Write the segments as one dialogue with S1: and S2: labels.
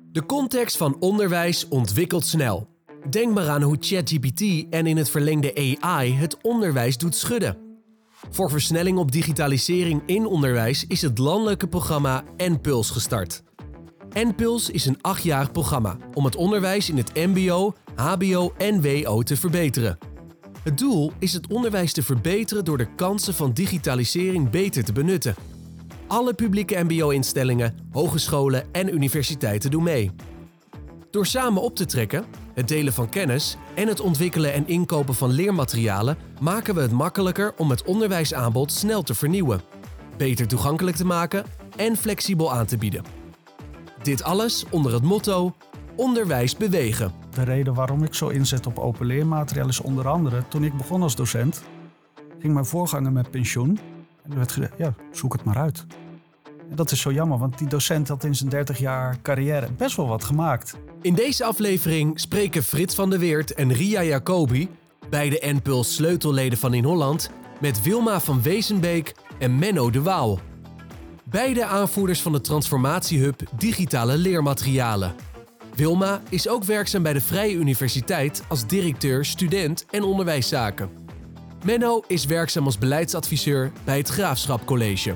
S1: De context van onderwijs ontwikkelt snel. Denk maar aan hoe ChatGPT en in het verlengde AI het onderwijs doet schudden. Voor versnelling op digitalisering in onderwijs is het landelijke programma NPULS gestart. NPULS is een 8-jarig programma om het onderwijs in het mbo, hbo en wo te verbeteren. Het doel is het onderwijs te verbeteren door de kansen van digitalisering beter te benutten. Alle publieke mbo-instellingen, hogescholen en universiteiten doen mee. Door samen op te trekken, het delen van kennis en het ontwikkelen en inkopen van leermaterialen maken we het makkelijker om het onderwijsaanbod snel te vernieuwen, beter toegankelijk te maken en flexibel aan te bieden. Dit alles onder het motto onderwijs bewegen.
S2: De reden waarom ik zo inzet op open leermateriaal is onder andere, toen ik begon als docent, ging mijn voorganger met pensioen. En er werd gezegd, ja, zoek het maar uit. En dat is zo jammer, want die docent had in zijn 30 jaar carrière best wel wat gemaakt.
S1: In deze aflevering spreken Frits van der Weert en Ria Jacobi, beide NPULS sleutelleden van In Holland, met Wilma van Wezenbeek en Menno de Waal. Beide aanvoerders van de transformatiehub Digitale Leermaterialen. Wilma is ook werkzaam bij de Vrije Universiteit als directeur student en onderwijszaken. Menno is werkzaam als beleidsadviseur bij het Graafschap College.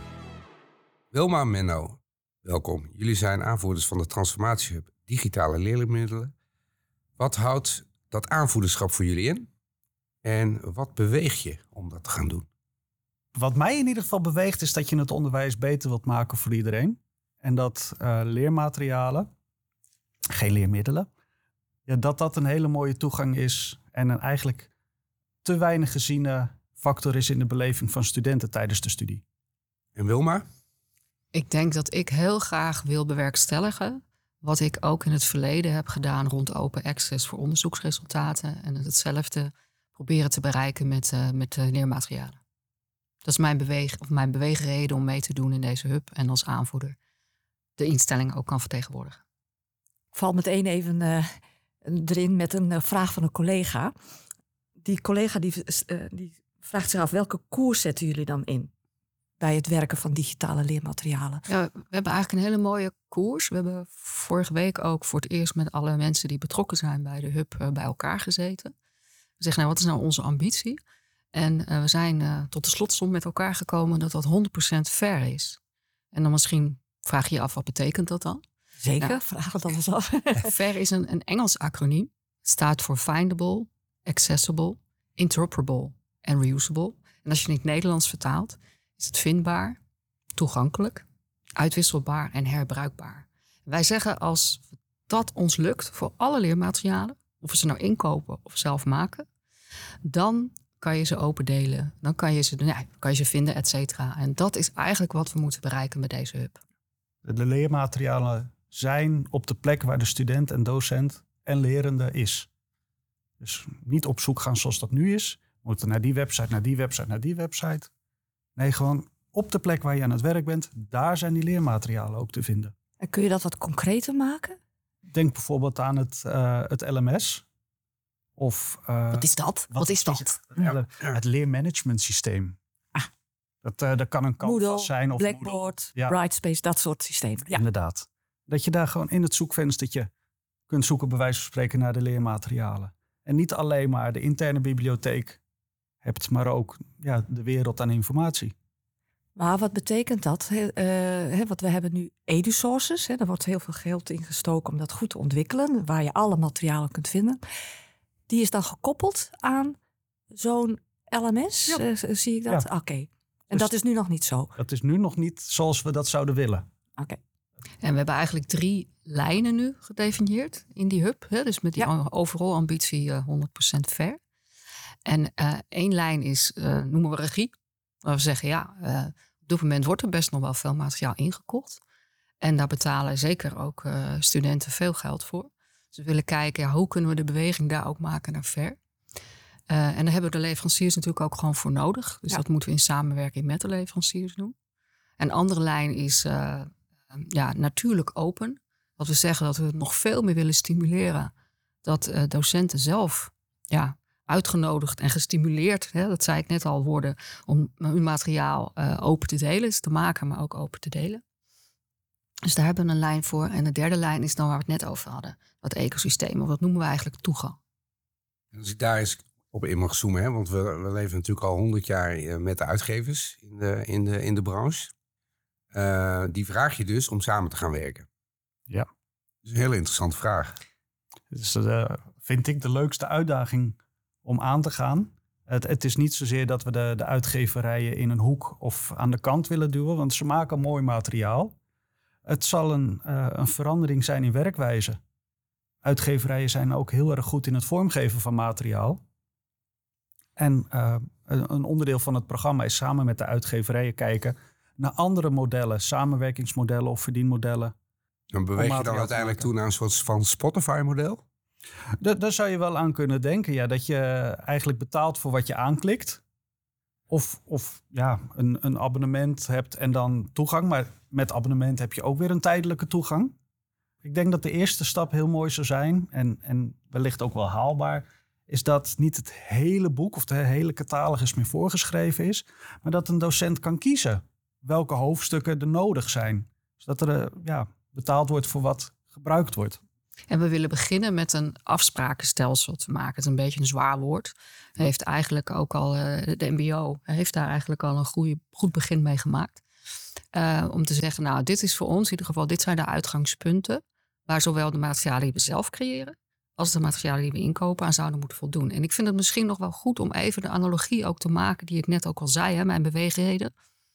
S3: Wilma en Menno, welkom. Jullie zijn aanvoerders van de transformatiehub Digitale Leermiddelen. Wat houdt dat aanvoederschap voor jullie in? En wat beweegt je om dat te gaan doen?
S2: Wat mij in ieder geval beweegt is dat je het onderwijs beter wilt maken voor iedereen. En dat leermaterialen, geen leermiddelen, ja, dat een hele mooie toegang is en een eigenlijk te weinig geziene factor is in de beleving van studenten tijdens de studie.
S3: En Wilma?
S4: Ik denk dat ik heel graag wil bewerkstelligen wat ik ook in het verleden heb gedaan rond open access voor onderzoeksresultaten en hetzelfde proberen te bereiken met leermaterialen. Dat is mijn beweegreden om mee te doen in deze hub en als aanvoerder de instelling ook kan vertegenwoordigen.
S5: Ik val meteen even erin met een vraag van een collega. Die collega die vraagt zich af, welke koers zetten jullie dan in bij het werken van digitale leermaterialen?
S4: Ja, we hebben eigenlijk een hele mooie koers. We hebben vorige week ook voor het eerst met alle mensen die betrokken zijn bij de hub bij elkaar gezeten. We zeggen, nou, wat is nou onze ambitie? En we zijn tot de slotsom met elkaar gekomen dat 100% fair is. En dan misschien vraag je je af, wat betekent dat dan?
S5: Zeker,
S4: Nou,
S5: vraag het anders af.
S4: FAIR is een Engels acroniem. Het staat voor Findable, Accessible, Interoperable en Reusable. En als je het in het Nederlands vertaalt, is het vindbaar, toegankelijk, uitwisselbaar en herbruikbaar. Wij zeggen als dat ons lukt voor alle leermaterialen, of we ze nou inkopen of zelf maken, dan kan je ze open delen. Dan kan je ze vinden, et cetera. En dat is eigenlijk wat we moeten bereiken met deze hub.
S2: De leermaterialen zijn op de plek waar de student en docent en lerende is. Dus niet op zoek gaan zoals dat nu is. We moeten naar die website, naar die website, naar die website. Nee, gewoon op de plek waar je aan het werk bent, daar zijn die leermaterialen ook te vinden.
S5: En kun je dat wat concreter maken?
S2: Denk bijvoorbeeld aan het LMS. Of,
S5: Wat is dat? Wat is dat?
S2: Het leermanagementsysteem. Dat kan een
S5: Moodle,
S2: Canvas zijn. Of
S5: Blackboard,
S2: ja.
S5: Brightspace, dat soort systemen. Ja.
S2: Inderdaad. Dat je daar gewoon in het zoekvenstertje kunt zoeken, bij wijze van spreken, naar de leermaterialen. En niet alleen maar de interne bibliotheek hebt, maar ook de wereld aan informatie.
S5: Maar wat betekent dat? Want we hebben nu EduSources. Daar wordt heel veel geld in gestoken om dat goed te ontwikkelen, waar je alle materialen kunt vinden. Die is dan gekoppeld aan zo'n LMS, zie ik dat? Ja. Oké. En dus dat is nu nog niet zo?
S2: Dat is nu nog niet zoals we dat zouden willen.
S5: Oké.
S4: En we hebben eigenlijk 3 lijnen nu gedefinieerd in die hub. Hè? Dus met die overal ambitie 100% fair. En 1 lijn is, noemen we regie. Waar we zeggen, op dit moment wordt er best nog wel veel materiaal ingekocht. En daar betalen zeker ook studenten veel geld voor. Dus we willen kijken, hoe kunnen we de beweging daar ook maken naar fair. En daar hebben we de leveranciers natuurlijk ook gewoon voor nodig. Dus dat moeten we in samenwerking met de leveranciers doen. Een andere lijn is natuurlijk open. Wat we zeggen dat we het nog veel meer willen stimuleren. Dat docenten zelf uitgenodigd en gestimuleerd, dat zei ik net al, worden om hun materiaal open te delen. Dus te maken, maar ook open te delen. Dus daar hebben we een lijn voor. En de derde lijn is dan waar we het net over hadden. Dat ecosysteem, of dat noemen we eigenlijk toegang.
S3: Als ik daar eens op in mag zoomen, hè, want we leven natuurlijk al 100 jaar met de uitgevers in de branche. Die vraag je dus om samen te gaan werken.
S2: Ja.
S3: Dat is een hele interessante vraag.
S2: Dus vind ik de leukste uitdaging om aan te gaan. Het is niet zozeer dat we de uitgeverijen in een hoek of aan de kant willen duwen, want ze maken mooi materiaal. Het zal een verandering zijn in werkwijze. Uitgeverijen zijn ook heel erg goed in het vormgeven van materiaal. En een onderdeel van het programma is samen met de uitgeverijen kijken naar andere modellen, samenwerkingsmodellen of verdienmodellen.
S3: Dan beweeg je dan uiteindelijk toe naar een soort van Spotify-model?
S2: Daar zou je wel aan kunnen denken. Ja, dat je eigenlijk betaalt voor wat je aanklikt. Of een abonnement hebt en dan toegang. Maar met abonnement heb je ook weer een tijdelijke toegang. Ik denk dat de eerste stap heel mooi zou zijn. En wellicht ook wel haalbaar. Is dat niet het hele boek of de hele catalogus meer voorgeschreven is. Maar dat een docent kan kiezen welke hoofdstukken er nodig zijn. Zodat er betaald wordt voor wat gebruikt wordt.
S4: En we willen beginnen met een afsprakenstelsel te maken. Het is een beetje een zwaar woord. Heeft eigenlijk ook al de MBO heeft daar eigenlijk al een goed begin mee gemaakt. Om te zeggen, nou, dit is voor ons in ieder geval, dit zijn de uitgangspunten. Waar zowel de materialen die we zelf creëren als de materialen die we inkopen aan zouden moeten voldoen. En ik vind het misschien nog wel goed om even de analogie ook te maken die ik net ook al zei, mijn beweegreden.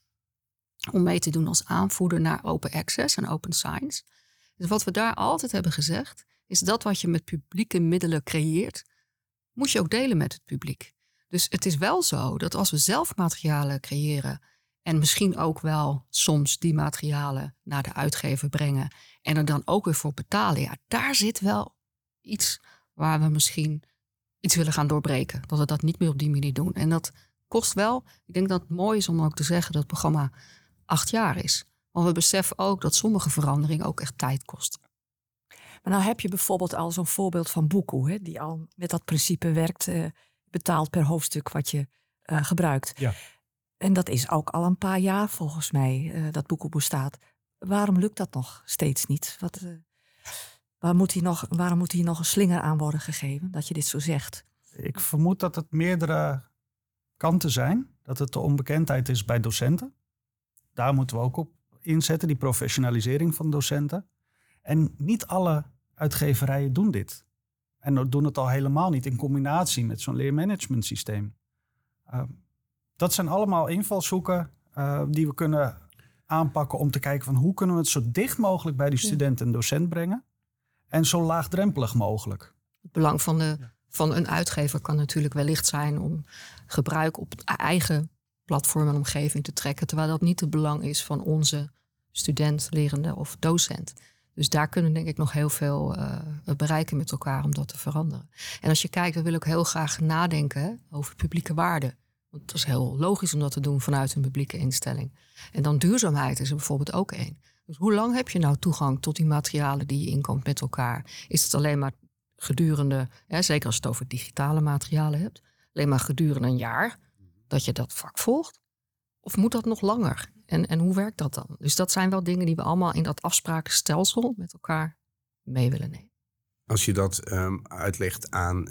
S4: Om mee te doen als aanvoerder naar open access en open science. Dus wat we daar altijd hebben gezegd, is dat wat je met publieke middelen creëert, moet je ook delen met het publiek. Dus het is wel zo dat als we zelf materialen creëren en misschien ook wel soms die materialen naar de uitgever brengen en er dan ook weer voor betalen, ja, daar zit wel iets waar we misschien iets willen gaan doorbreken. Dat we dat niet meer op die manier doen. En dat kost wel, ik denk dat het mooi is om ook te zeggen dat het programma 8 jaar is. Want we beseffen ook dat sommige veranderingen ook echt tijd kosten.
S5: Maar nou heb je bijvoorbeeld al zo'n voorbeeld van Boekoe, die al met dat principe werkt, betaald per hoofdstuk wat je gebruikt.
S2: Ja.
S5: En dat is ook al een paar jaar volgens mij, dat Boekoe bestaat. Waarom lukt dat nog steeds niet? Waarom moet hier nog een slinger aan worden gegeven, dat je dit zo zegt?
S2: Ik vermoed dat het meerdere kanten zijn. Dat het de onbekendheid is bij docenten. Daar moeten we ook op inzetten, die professionalisering van docenten. En niet alle uitgeverijen doen dit. En doen het al helemaal niet in combinatie met zo'n leermanagementsysteem. Dat zijn allemaal invalshoeken die we kunnen aanpakken om te kijken van hoe kunnen we het zo dicht mogelijk bij die student en docent brengen. En zo laagdrempelig mogelijk.
S4: Het belang van een uitgever kan natuurlijk wellicht zijn om gebruik op eigen platform en omgeving te trekken. Terwijl dat niet het belang is van onze student, lerende of docent. Dus daar kunnen denk ik nog heel veel bereiken met elkaar om dat te veranderen. En als je kijkt, we willen ook heel graag nadenken over publieke waarden. Want het is heel logisch om dat te doen vanuit een publieke instelling. En dan duurzaamheid is er bijvoorbeeld ook één. Dus hoe lang heb je nou toegang tot die materialen die je inkomt met elkaar? Is het alleen maar gedurende, zeker als je het over digitale materialen hebt, alleen maar gedurende een jaar dat je dat vak volgt? Of moet dat nog langer? En hoe werkt dat dan? Dus dat zijn wel dingen die we allemaal in dat afsprakenstelsel met elkaar mee willen nemen.
S3: Als je dat uitlegt aan,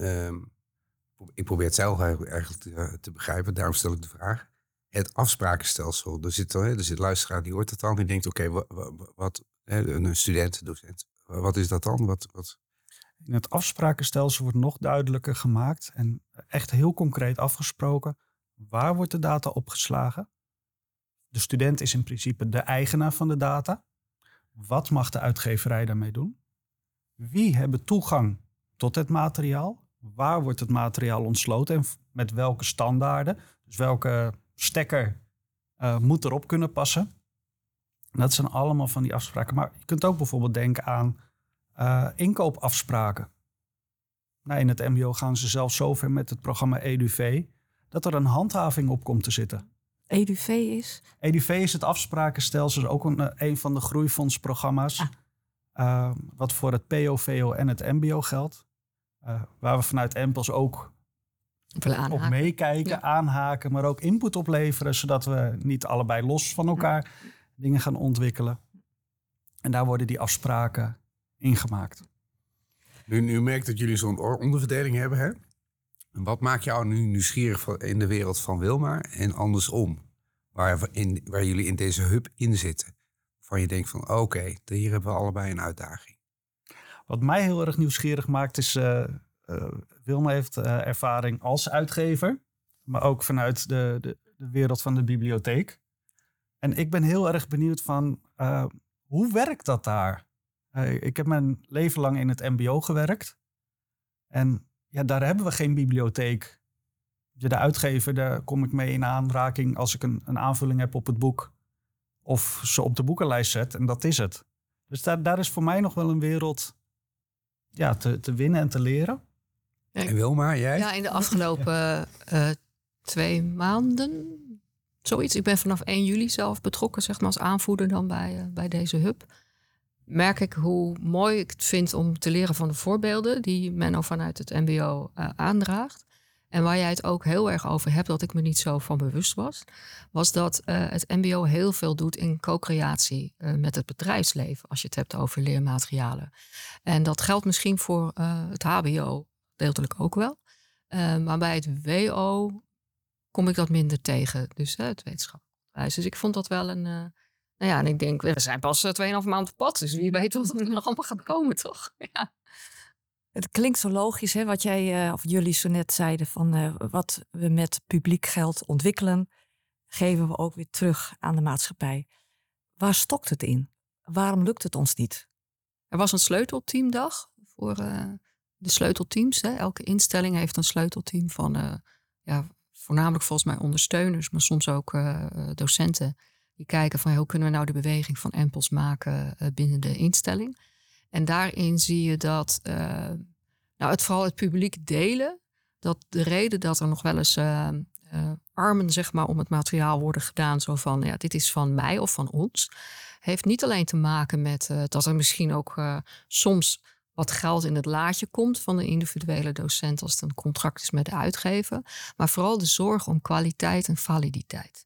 S3: ik probeer het zelf eigenlijk te begrijpen, daarom stel ik de vraag. Het afsprakenstelsel, er zit luisteraar die hoort het dan, die denkt wat een student, docent, wat is dat dan? Wat?
S2: In het afsprakenstelsel wordt nog duidelijker gemaakt en echt heel concreet afgesproken. Waar wordt de data opgeslagen? De student is in principe de eigenaar van de data. Wat mag de uitgeverij daarmee doen? Wie hebben toegang tot het materiaal? Waar wordt het materiaal ontsloten en met welke standaarden? Dus welke stekker moet erop kunnen passen? Dat zijn allemaal van die afspraken. Maar je kunt ook bijvoorbeeld denken aan inkoopafspraken. Nou, in het mbo gaan ze zelfs zover met het programma EduV dat er een handhaving op komt te zitten.
S5: EduV is?
S2: EduV is het afsprakenstelsel, ook een van de groeifondsprogramma's. Wat voor het PO, VO en het mbo geldt. Waar we vanuit EMPELS ook op meekijken, aanhaken, maar ook input opleveren, zodat we niet allebei los van elkaar dingen gaan ontwikkelen. En daar worden die afspraken ingemaakt.
S3: Nu merk dat jullie zo'n onderverdeling hebben, hè? En wat maakt jou nu nieuwsgierig in de wereld van Wilma en andersom? Waar jullie in deze hub in zitten. Waarvan je denkt van oké, hier hebben we allebei een uitdaging.
S2: Wat mij heel erg nieuwsgierig maakt is... Wilma heeft ervaring als uitgever. Maar ook vanuit de wereld van de bibliotheek. En ik ben heel erg benieuwd van... hoe werkt dat daar? Ik heb mijn leven lang in het mbo gewerkt. En ja, daar hebben we geen bibliotheek. De uitgever, daar kom ik mee in aanraking als ik een aanvulling heb op het boek. Of ze op de boekenlijst zet en dat is het. Dus daar is voor mij nog wel een wereld te winnen en te leren.
S3: En Wilma, jij?
S4: Ja, in de afgelopen 2 maanden, zoiets. Ik ben vanaf 1 juli zelf betrokken, zeg maar, als aanvoerder dan bij deze hub. Merk ik hoe mooi ik het vind om te leren van de voorbeelden die Menno vanuit het mbo aandraagt. En waar jij het ook heel erg over hebt, dat ik me niet zo van bewust was dat het mbo heel veel doet in co-creatie met het bedrijfsleven, als je het hebt over leermaterialen. En dat geldt misschien voor het hbo deeltelijk ook wel. Maar bij het WO kom ik dat minder tegen, dus het wetenschappelijk. Dus ik vond dat wel een... en ik denk, we zijn pas 2,5 maanden op pad, dus wie weet wat er nog allemaal gaat komen, toch? Ja.
S5: Het klinkt zo logisch, hè, wat jij of jullie zo net zeiden, van wat we met publiek geld ontwikkelen, geven we ook weer terug aan de maatschappij. Waar stokt het in? Waarom lukt het ons niet?
S4: Er was een sleutelteamdag voor de sleutelteams. Hè. Elke instelling heeft een sleutelteam van voornamelijk volgens mij ondersteuners, maar soms ook docenten. Die kijken van hoe kunnen we nou de beweging van empels maken binnen de instelling. En daarin zie je dat vooral het publiek delen. Dat de reden dat er nog wel eens armen zeg maar, om het materiaal worden gedaan. Zo van dit is van mij of van ons. Heeft niet alleen te maken met dat er misschien ook soms wat geld in het laadje komt van de individuele docent als het een contract is met de uitgever. Maar vooral de zorg om kwaliteit en validiteit.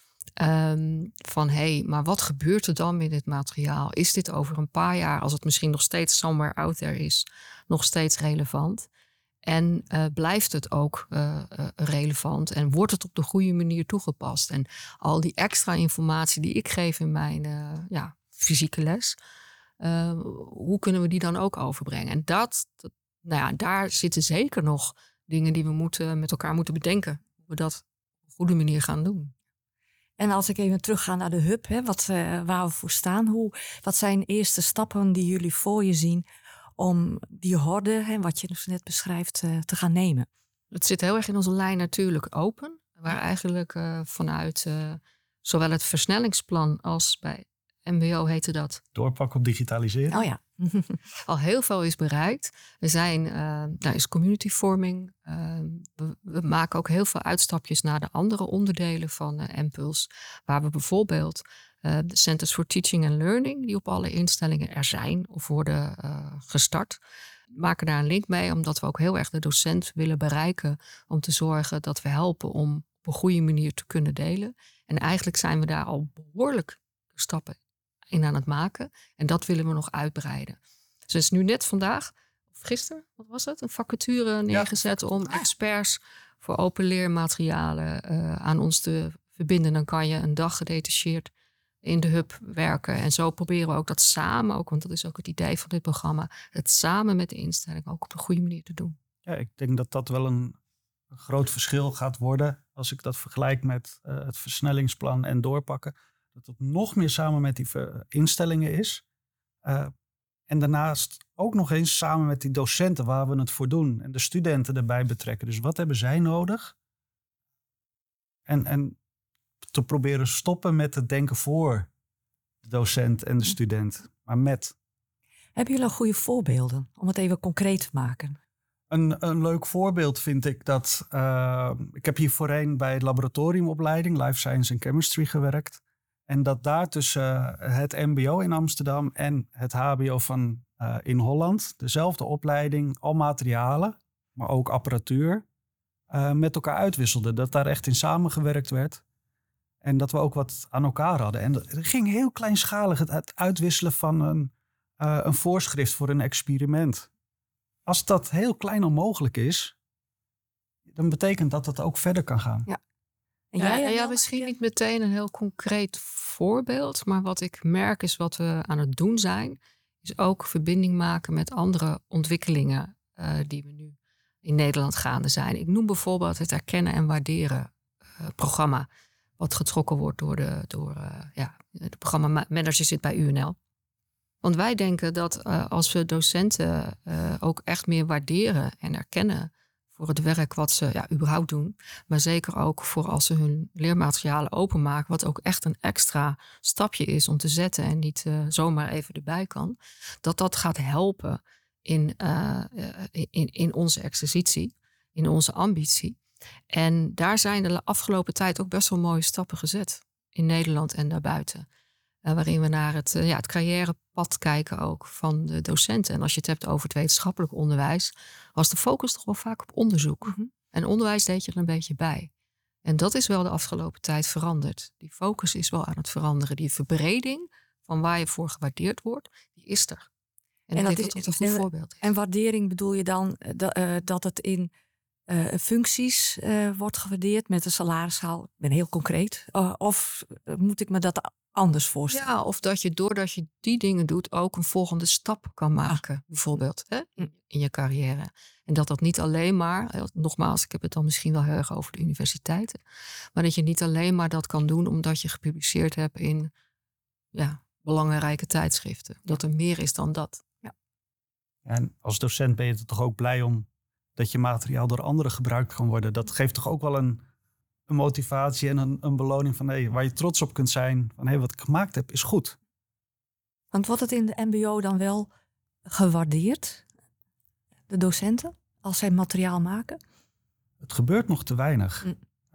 S4: Maar wat gebeurt er dan met dit materiaal? Is dit over een paar jaar, als het misschien nog steeds somewhere out there is, nog steeds relevant? En blijft het ook relevant? En wordt het op de goede manier toegepast? En al die extra informatie die ik geef in mijn fysieke les, hoe kunnen we die dan ook overbrengen? En daar zitten zeker nog dingen die we met elkaar moeten bedenken. Hoe we dat op een goede manier gaan doen.
S5: En als ik even terugga naar de hub, hè, waar we voor staan. Wat zijn eerste stappen die jullie voor je zien om die horde, wat je dus net beschrijft, te gaan nemen?
S4: Het zit heel erg in onze lijn natuurlijk open. Waar eigenlijk vanuit zowel het versnellingsplan als bij mbo heette dat.
S2: Doorpakken op digitaliseren.
S5: Oh ja.
S4: Al heel veel is bereikt. We zijn, is communityvorming. We maken ook heel veel uitstapjes naar de andere onderdelen van Impuls. Waar we bijvoorbeeld de Centers for Teaching and Learning, die op alle instellingen er zijn of worden gestart, maken daar een link mee, omdat we ook heel erg de docent willen bereiken om te zorgen dat we helpen om op een goede manier te kunnen delen. En eigenlijk zijn we daar al behoorlijk stappen in aan het maken. En dat willen we nog uitbreiden. Dus er is nu net vandaag, of gisteren, wat was het? Een vacature neergezet om experts voor open leermaterialen aan ons te verbinden. Dan kan je een dag gedetacheerd in de hub werken. En zo proberen we ook dat samen, ook, want dat is ook het idee van dit programma, het samen met de instelling ook op een goede manier te doen.
S2: Ja, ik denk dat dat wel een groot verschil gaat worden als ik dat vergelijk met het versnellingsplan en doorpakken. Dat het nog meer samen met die instellingen is. En daarnaast ook nog eens samen met die docenten waar we het voor doen. En de studenten erbij betrekken. Dus wat hebben zij nodig? En te proberen stoppen met het denken voor de docent en de student. Maar met.
S5: Hebben jullie al goede voorbeelden om het even concreet te maken?
S2: Een leuk voorbeeld vind ik dat. Ik heb hier voorheen bij de laboratoriumopleiding Life Science en Chemistry gewerkt. En dat daar tussen het mbo in Amsterdam en het hbo van in Holland, dezelfde opleiding, al materialen, maar ook apparatuur, met elkaar uitwisselde. Dat daar echt in samengewerkt werd. En dat we ook wat aan elkaar hadden. En er ging heel kleinschalig het uitwisselen van een voorschrift voor een experiment. Als dat heel klein onmogelijk is, dan betekent dat het ook verder kan gaan.
S5: Ja. En jij,
S4: misschien niet meteen een heel concreet voorbeeld. Maar wat ik merk is wat we aan het doen zijn. Is ook verbinding maken met andere ontwikkelingen die we nu in Nederland gaande zijn. Ik noem bijvoorbeeld het Erkennen en Waarderen programma. Wat getrokken wordt door de programmamanager zit bij UNL. Want wij denken dat als we docenten ook echt meer waarderen en erkennen voor het werk wat ze überhaupt doen, maar zeker ook voor als ze hun leermaterialen openmaken, wat ook echt een extra stapje is om te zetten en niet zomaar even erbij kan, dat gaat helpen in onze exercitie, in onze ambitie. En daar zijn de afgelopen tijd ook best wel mooie stappen gezet in Nederland en daarbuiten. Waarin we naar het carrièrepad kijken ook van de docenten. En als je het hebt over het wetenschappelijk onderwijs, was de focus toch wel vaak op onderzoek. Mm-hmm. En onderwijs deed je er een beetje bij. En dat is wel de afgelopen tijd veranderd. Die focus is wel aan het veranderen. Die verbreding van waar je voor gewaardeerd wordt, die is er. En dat is een goed voorbeeld is.
S5: En waardering bedoel je dan dat het in functies wordt gewaardeerd met een salarisschaal? Ik ben heel concreet. Of moet ik me dat anders voorstellen?
S4: Ja, of dat je doordat je die dingen doet ook een volgende stap kan maken. Bijvoorbeeld in je carrière. En dat niet alleen maar, nogmaals, ik heb het dan misschien wel heel erg over de universiteiten. Maar dat je niet alleen maar dat kan doen omdat je gepubliceerd hebt in belangrijke tijdschriften. Dat er meer is dan dat. Ja.
S2: En als docent ben je er toch ook blij om dat je materiaal door anderen gebruikt kan worden. Dat geeft toch ook wel een motivatie en een beloning van waar je trots op kunt zijn. Van wat ik gemaakt heb is goed.
S5: Want wordt het in de mbo dan wel gewaardeerd? De docenten? Als zij materiaal maken?
S2: Het gebeurt nog te weinig.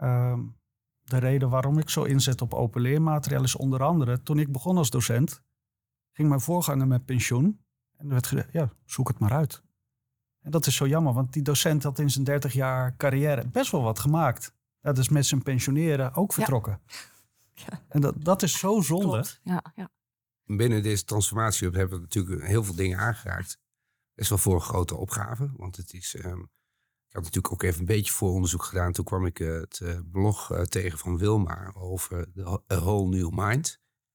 S2: De reden waarom ik zo inzet op open leermateriaal is onder andere, toen ik begon als docent, ging mijn voorganger met pensioen. En er werd gezegd, zoek het maar uit. En dat is zo jammer, want die docent had in zijn 30 jaar carrière best wel wat gemaakt. Dat is met zijn pensioneren ook vertrokken. Ja. En dat is zo zonde.
S5: Ja.
S3: Binnen deze transformatie hebben we natuurlijk heel veel dingen aangeraakt. Best wel voor een grote opgave. Want het is, ik had natuurlijk ook even een beetje vooronderzoek gedaan. Toen kwam ik het blog tegen van Wilma over A Whole New Mind.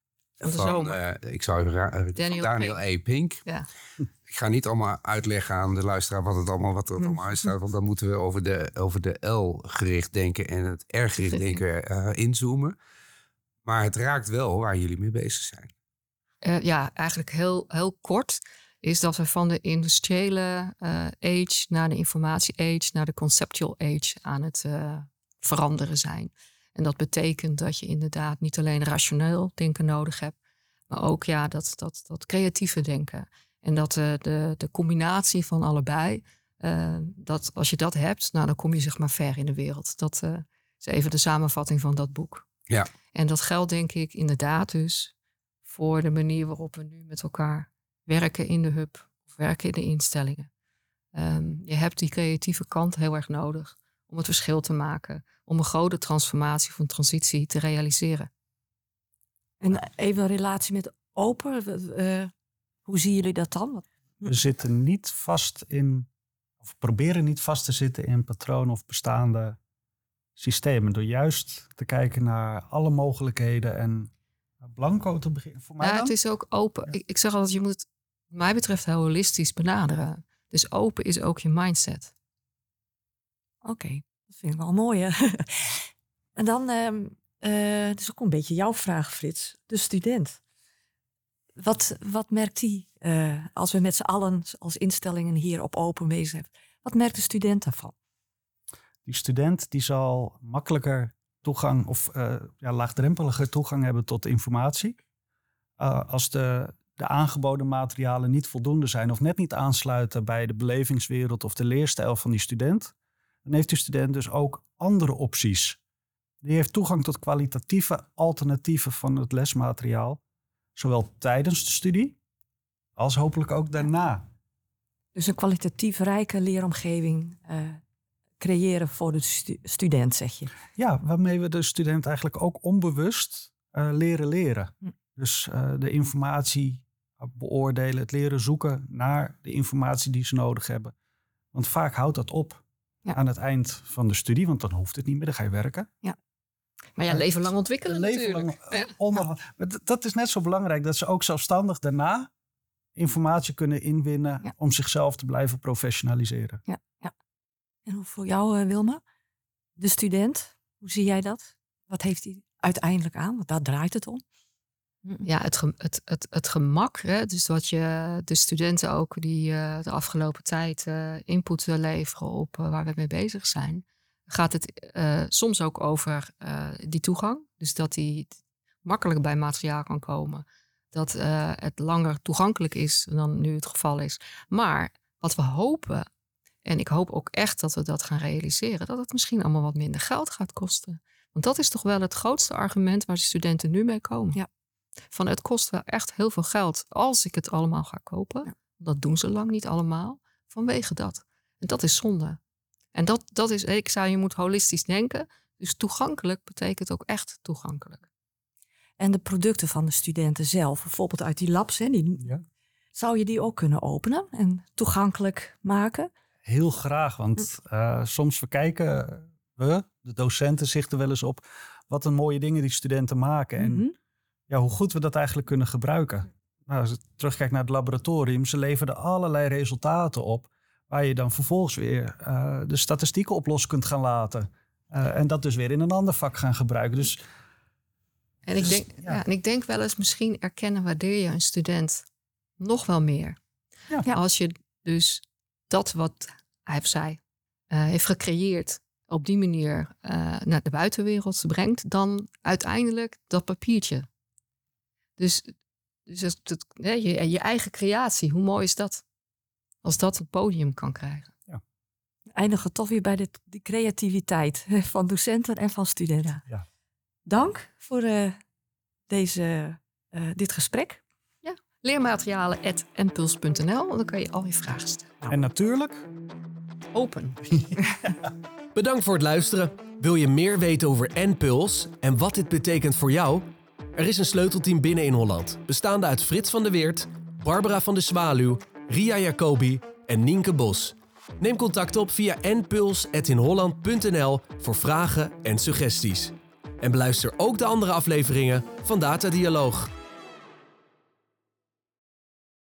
S3: Ik zou Daniel E. Pink. Ja. Ik ga niet allemaal uitleggen aan de luisteraar wat er allemaal in staat. Want dan moeten we over de L-gericht denken en het R-gericht denken inzoomen. Maar het raakt wel waar jullie mee bezig zijn.
S4: Eigenlijk heel kort is dat we van de industriële age naar de informatie age naar de conceptual age aan het veranderen zijn. En dat betekent dat je inderdaad niet alleen rationeel denken nodig hebt, maar ook dat creatieve denken. En dat de combinatie van allebei, dat als je dat hebt, dan kom je zeg maar ver in de wereld. Dat is even de samenvatting van dat boek.
S3: Ja.
S4: En dat geldt denk ik inderdaad dus voor de manier waarop we nu met elkaar werken in de hub of werken in de instellingen. Je hebt die creatieve kant heel erg nodig om het verschil te maken, om een grote transformatie of een transitie te realiseren.
S5: En even een relatie met open. Hoe zien jullie dat dan?
S2: We zitten niet vast in, of proberen niet vast te zitten in patronen of bestaande systemen. Door juist te kijken naar alle mogelijkheden en blanco te beginnen. Voor mij
S4: het is ook open. Ik zeg altijd, je moet het, wat mij betreft, heel holistisch benaderen. Dus open is ook je mindset.
S5: Oké, dat vind ik wel mooi. Hè? En dan, het is ook een beetje jouw vraag, Frits. De student. Wat merkt die als we met z'n allen als instellingen hier op open bezig zijn? Wat merkt de student daarvan?
S2: Die student die zal makkelijker toegang of laagdrempeliger toegang hebben tot informatie. Als de aangeboden materialen niet voldoende zijn of net niet aansluiten bij de belevingswereld of de leerstijl van die student, dan heeft die student dus ook andere opties. Die heeft toegang tot kwalitatieve alternatieven van het lesmateriaal, zowel tijdens de studie als hopelijk ook daarna.
S5: Dus een kwalitatief rijke leeromgeving creëren voor de student, zeg je.
S2: Ja, waarmee we de student eigenlijk ook onbewust leren leren. Dus de informatie beoordelen, het leren zoeken naar de informatie die ze nodig hebben. Want vaak houdt dat op aan het eind van de studie, want dan hoeft het niet meer, dan ga je werken.
S5: Ja.
S4: Maar ja, leven lang ontwikkelen natuurlijk.
S2: Dat is net zo belangrijk, dat ze ook zelfstandig daarna informatie kunnen inwinnen om zichzelf te blijven professionaliseren.
S5: Ja. En hoe voor jou, Wilma? De student, hoe zie jij dat? Wat heeft hij uiteindelijk aan? Want daar draait het om.
S4: Ja, het gemak. Hè? Dus wat je de studenten ook die de afgelopen tijd input leveren op waar we mee bezig zijn. Gaat het soms ook over die toegang. Dus dat hij makkelijker bij materiaal kan komen. Dat het langer toegankelijk is dan nu het geval is. Maar wat we hopen, en ik hoop ook echt dat we dat gaan realiseren, dat het misschien allemaal wat minder geld gaat kosten. Want dat is toch wel het grootste argument waar de studenten nu mee komen.
S5: Ja.
S4: Van het kost wel echt heel veel geld als ik het allemaal ga kopen. Ja. Dat doen ze lang niet allemaal, vanwege dat. En dat is zonde. En dat is, ik zou, je moet holistisch denken. Dus toegankelijk betekent ook echt toegankelijk.
S5: En de producten van de studenten zelf, bijvoorbeeld uit die labs, hè, zou je die ook kunnen openen en toegankelijk maken?
S2: Heel graag, want soms verkijken we, de docenten, zich er wel eens op wat een mooie dingen die studenten maken. En hoe goed we dat eigenlijk kunnen gebruiken. Nou, als je terugkijkt naar het laboratorium, ze leverden allerlei resultaten op, waar je dan vervolgens weer de statistieken op los kunt gaan laten. En dat dus weer in een ander vak gaan gebruiken.
S4: En ik denk wel eens, misschien erkennen, waardeer je een student nog wel meer. Ja. Als je dus dat wat hij of zij heeft gecreëerd op die manier naar de buitenwereld brengt, dan uiteindelijk dat papiertje. Dus je eigen creatie, hoe mooi is dat? Als dat het podium kan krijgen.
S5: Ja. Eindigen toch weer bij die creativiteit van docenten en van studenten. Ja. Dank voor dit gesprek.
S4: Ja, leermaterialen@npuls.nl. Dan kan je al je vragen stellen.
S2: En natuurlijk
S4: open.
S1: Bedankt voor het luisteren. Wil je meer weten over NPuls en wat dit betekent voor jou? Er is een sleutelteam binnen in Holland, bestaande uit Frits van der Weert, Barbara van de Zwaluw, Ria Jacobi en Nienke Bos. Neem contact op via npuls@inholland.nl voor vragen en suggesties. En beluister ook de andere afleveringen van Data Dialoog.